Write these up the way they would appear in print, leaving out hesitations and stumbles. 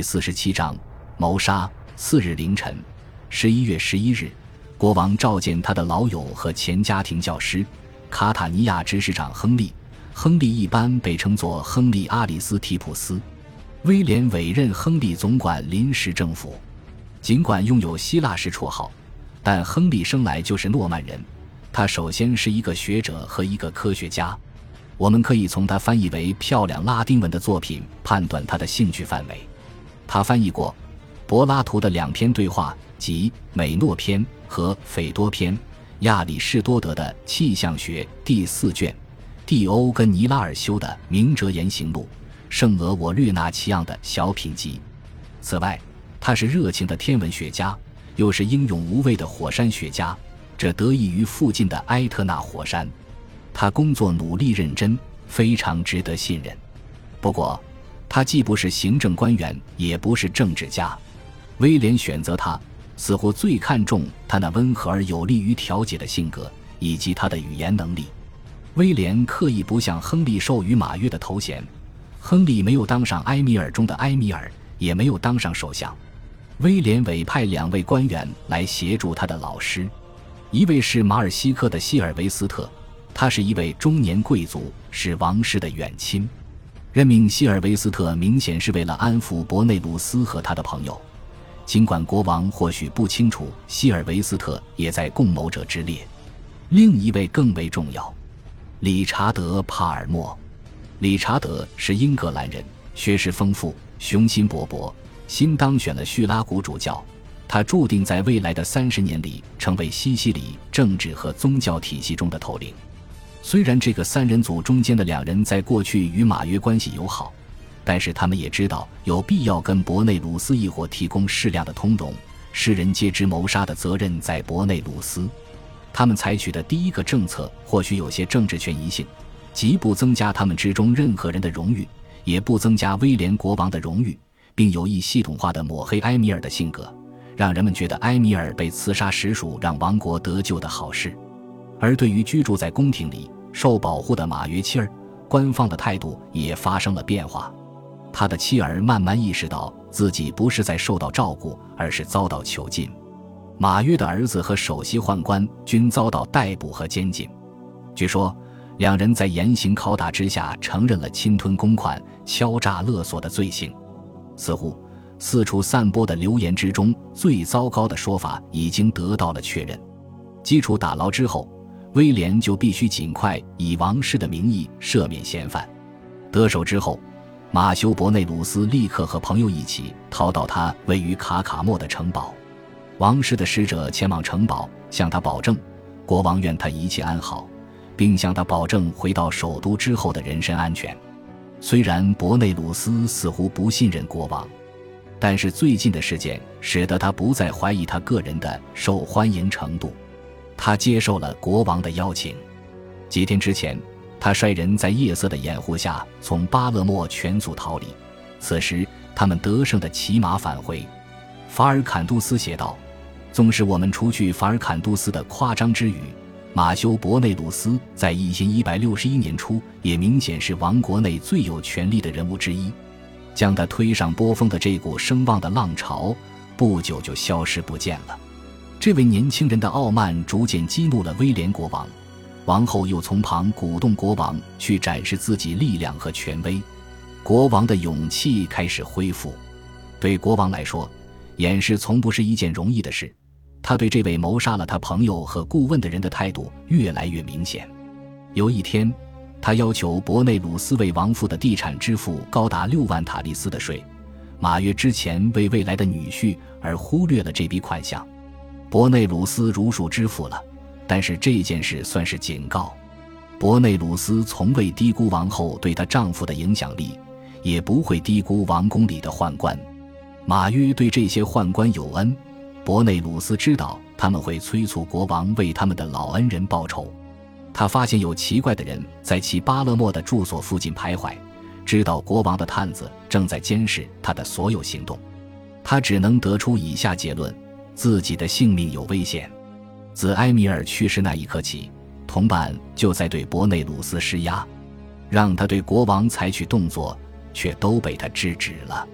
47章谋杀。4日凌晨11月11日，国王召见他的老友和前家庭教师卡塔尼亚执事长亨利。亨利一般被称作亨利·阿里斯提普斯。威廉委任亨利总管临时政府。尽管拥有希腊式绰号，但亨利生来就是诺曼人。他首先是一个学者和一个科学家。我们可以从他翻译为漂亮拉丁文的作品判断他的兴趣范围。他翻译过柏拉图的2篇对话，即美诺篇和斐多篇，亚里士多德的气象学第4卷，蒂欧根尼拉尔修的明哲言行录，圣俄我略纳齐昂的小品集。此外，他是热情的天文学家，又是英勇无畏的火山学家，这得益于附近的埃特纳火山。他工作努力认真，非常值得信任。不过，他既不是行政官员，也不是政治家。威廉选择他，似乎最看重他那温和而有利于调解的性格，以及他的语言能力。威廉刻意不向亨利授予马约的头衔，亨利没有当上埃米尔中的埃米尔，也没有当上首相。威廉委派2位官员来协助他的老师，一位是马尔西克的希尔维斯特，他是一位中年贵族，是王室的远亲。任命希尔维斯特明显是为了安抚伯内鲁斯和他的朋友，尽管国王或许不清楚希尔维斯特也在共谋者之列。另一位更为重要，理查德·帕尔默。理查德是英格兰人，学识丰富，雄心勃勃，新当选了叙拉古主教。他注定在未来的30年里成为西西里政治和宗教体系中的头领。虽然这个3人组中间的2人在过去与马约关系友好，但是他们也知道有必要跟伯内鲁斯一伙提供适量的通融。世人皆知谋杀的责任在伯内鲁斯。他们采取的第一个政策或许有些政治权宜性，即不增加他们之中任何人的荣誉，也不增加威廉国王的荣誉，并有意系统化地抹黑埃米尔的性格，让人们觉得埃米尔被刺杀实属让王国得救的好事。而对于居住在宫廷里受保护的马约妻儿，官方的态度也发生了变化。他的妻儿慢慢意识到自己不是在受到照顾，而是遭到囚禁。马约的儿子和首席宦官均遭到逮捕和监禁。据说2人在严刑拷打之下承认了侵吞公款、敲诈勒索的罪行。似乎四处散播的流言之中，最糟糕的说法已经得到了确认。基础打牢之后，威廉就必须尽快以王室的名义赦免嫌犯。得手之后，马修·伯内鲁斯立刻和朋友一起逃到他位于卡卡莫的城堡。王室的使者前往城堡，向他保证国王愿他一切安好，并向他保证回到首都之后的人身安全。虽然伯内鲁斯似乎不信任国王，但是最近的事件使得他不再怀疑他个人的受欢迎程度。他接受了国王的邀请。几天之前，他率人在夜色的掩护下从巴勒莫全族逃离，此时他们得胜的骑马返回。法尔坎杜斯写道，纵使我们除去法尔坎杜斯的夸张之语，马修·伯内鲁斯在1161年初也明显是王国内最有权力的人物之一。将他推上波峰的这股声望的浪潮不久就消失不见了。这位年轻人的傲慢逐渐激怒了威廉国王，王后又从旁鼓动国王去展示自己力量和权威，国王的勇气开始恢复。对国王来说，掩饰从不是一件容易的事。他对这位谋杀了他朋友和顾问的人的态度越来越明显。有一天，他要求伯内鲁斯为亡父的地产支付高达6万塔利斯的税。马约之前为未来的女婿而忽略了这笔款项，伯内鲁斯如数支付了，但是这件事算是警告。伯内鲁斯从未低估王后对她丈夫的影响力，也不会低估王宫里的宦官。马约对这些宦官有恩，伯内鲁斯知道他们会催促国王为他们的老恩人报仇。他发现有奇怪的人在其巴勒莫的住所附近徘徊，知道国王的探子正在监视他的所有行动。他只能得出以下结论：自己的性命有危险。自埃米尔去世那一刻起，同伴就在对伯内鲁斯施压，让他对国王采取动作，却都被他制止了。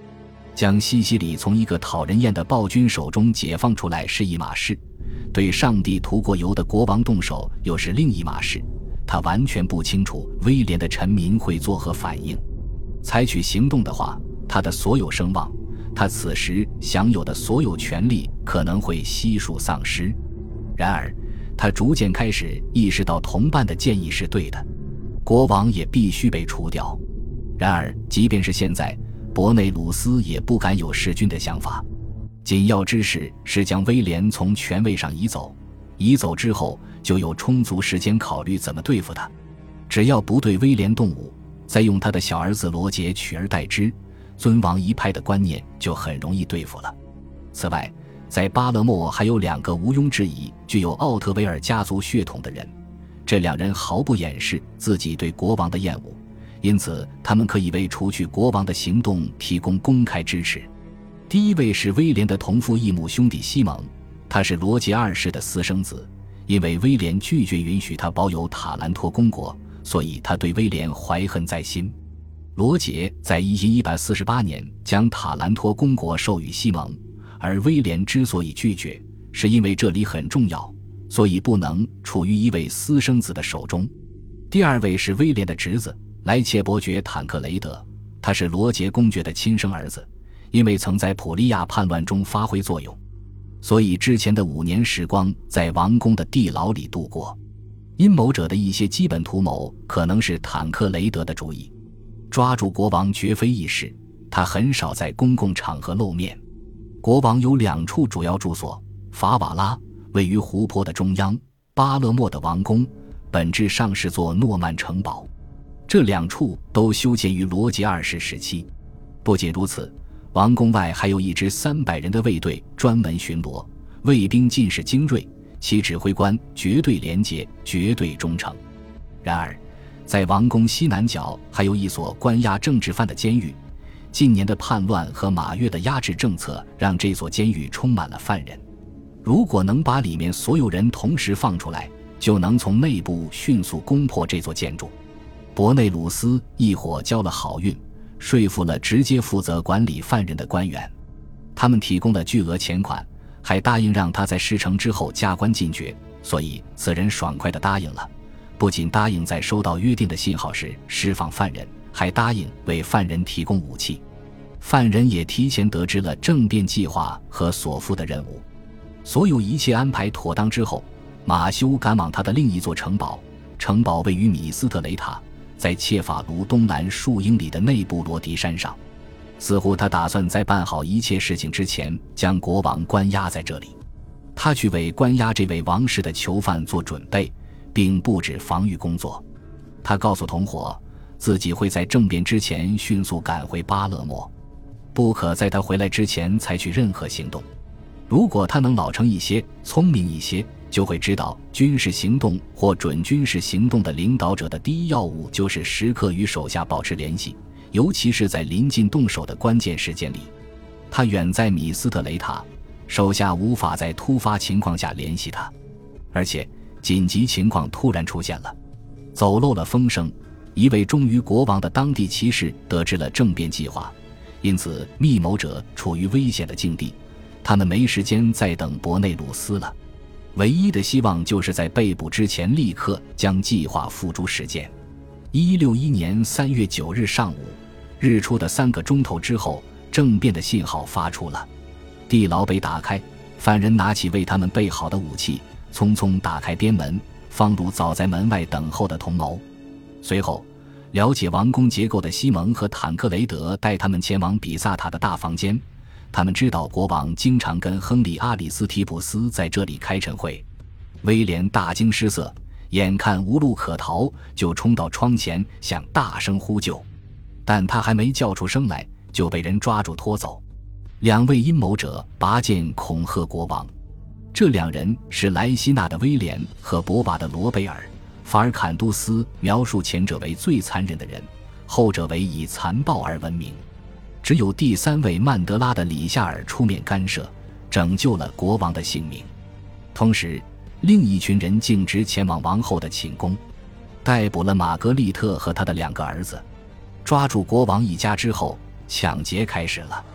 将西西里从一个讨人厌的暴君手中解放出来是一码事，对上帝涂过油的国王动手又是另一码事。他完全不清楚威廉的臣民会作何反应。采取行动的话，他的所有声望，他此时享有的所有权利可能会悉数丧失。然而他逐渐开始意识到同伴的建议是对的，国王也必须被除掉。然而即便是现在，伯内鲁斯也不敢有弑君的想法。紧要之事是将威廉从权位上移走，移走之后就有充足时间考虑怎么对付他。只要不对威廉动武，再用他的小儿子罗杰取而代之，尊王一派的观念就很容易对付了。此外，在巴勒莫还有2个毋庸置疑具有奥特维尔家族血统的人，这2人毫不掩饰自己对国王的厌恶，因此他们可以为除去国王的行动提供公开支持。第一位是威廉的同父异母兄弟西蒙，他是罗杰2世的私生子，因为威廉拒绝允许他保有塔兰托公国，所以他对威廉怀恨在心。罗杰在1148年将塔兰托公国授予西蒙，而威廉之所以拒绝，是因为这里很重要，所以不能处于一位私生子的手中。第2位是威廉的侄子莱切伯爵坦克雷德，他是罗杰公爵的亲生儿子，因为曾在普利亚叛乱中发挥作用，所以之前的5年时光在王宫的地牢里度过。阴谋者的一些基本图谋可能是坦克雷德的主意。抓住国王绝非易事，他很少在公共场合露面。国王有2处主要住所，法瓦拉位于湖泊的中央，巴勒莫的王宫本质上是座诺曼城堡。这2处都修建于罗杰2世时期。不仅如此，王宫外还有一支300人的卫队专门巡逻，卫兵尽是精锐，其指挥官绝对廉洁，绝对忠诚。然而在王宫西南角还有一所关押政治犯的监狱，近年的叛乱和马月的压制政策让这所监狱充满了犯人。如果能把里面所有人同时放出来，就能从内部迅速攻破这座建筑。伯内鲁斯一伙交了好运，说服了直接负责管理犯人的官员，他们提供了巨额钱款，还答应让他在事成之后加官进爵，所以此人爽快地答应了。不仅答应在收到约定的信号时释放犯人，还答应为犯人提供武器。犯人也提前得知了政变计划和所负的任务。所有一切安排妥当之后，马修赶往他的另一座城堡，城堡位于米斯特雷塔，在切法卢东南数英里的内布罗迪山上。似乎他打算在办好一切事情之前将国王关押在这里。他去为关押这位王室的囚犯做准备，并布置防御工作。他告诉同伙，自己会在政变之前迅速赶回巴勒莫，不可在他回来之前采取任何行动。如果他能老成一些，聪明一些，就会知道军事行动或准军事行动的领导者的第一要务就是时刻与手下保持联系，尤其是在临近动手的关键时间里。他远在米斯特雷塔，手下无法在突发情况下联系他，而且紧急情况突然出现了，走漏了风声，一位忠于国王的当地骑士得知了政变计划，因此密谋者处于危险的境地，他们没时间再等伯内鲁斯了。唯一的希望就是在被捕之前立刻将计划付诸实践。1161年3月9日上午，日出的3个钟头之后，政变的信号发出了，地牢被打开，犯人拿起为他们备好的武器，匆匆打开边门，放入早在门外等候的同谋。随后，了解王宫结构的西蒙和坦克雷德带他们前往比萨塔的大房间。他们知道国王经常跟亨利·阿里斯提普斯在这里开晨会。威廉大惊失色，眼看无路可逃，就冲到窗前想大声呼救，但他还没叫出声来，就被人抓住拖走。2位阴谋者拔剑恐吓国王，这2人是莱希纳的威廉和博瓦的罗贝尔。法尔坎杜斯描述前者为最残忍的人，后者为以残暴而闻名。只有第3位曼德拉的里夏尔出面干涉，拯救了国王的性命。同时，另一群人径直前往王后的寝宫，逮捕了玛格丽特和他的2个儿子。抓住国王一家之后，抢劫开始了。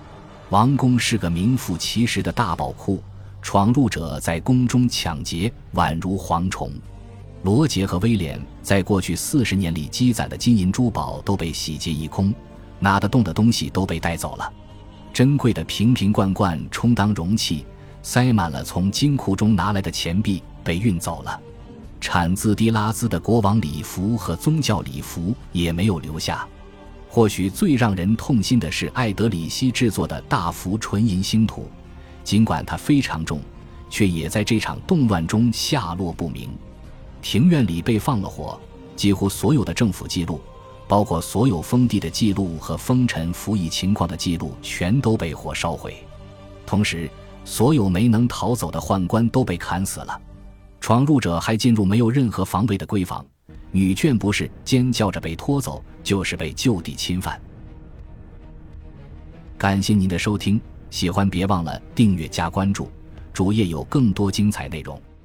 王宫是个名副其实的大宝库，闯入者在宫中抢劫，宛如蝗虫。罗杰和威廉在过去40年里积攒的金银珠宝都被洗劫一空，拿得动的东西都被带走了。珍贵的瓶瓶罐罐充当容器，塞满了从金库中拿来的钱币被运走了。产自迪拉兹的国王礼服和宗教礼服也没有留下。或许最让人痛心的是艾德里希制作的大幅纯银星图，尽管它非常重，却也在这场动乱中下落不明。庭院里被放了火，几乎所有的政府记录，包括所有封地的记录和封臣服役情况的记录，全都被火烧毁。同时，所有没能逃走的宦官都被砍死了。闯入者还进入没有任何防卫的闺房，女眷不是尖叫着被拖走，就是被就地侵犯。感谢您的收听，喜欢别忘了订阅加关注，主页有更多精彩内容。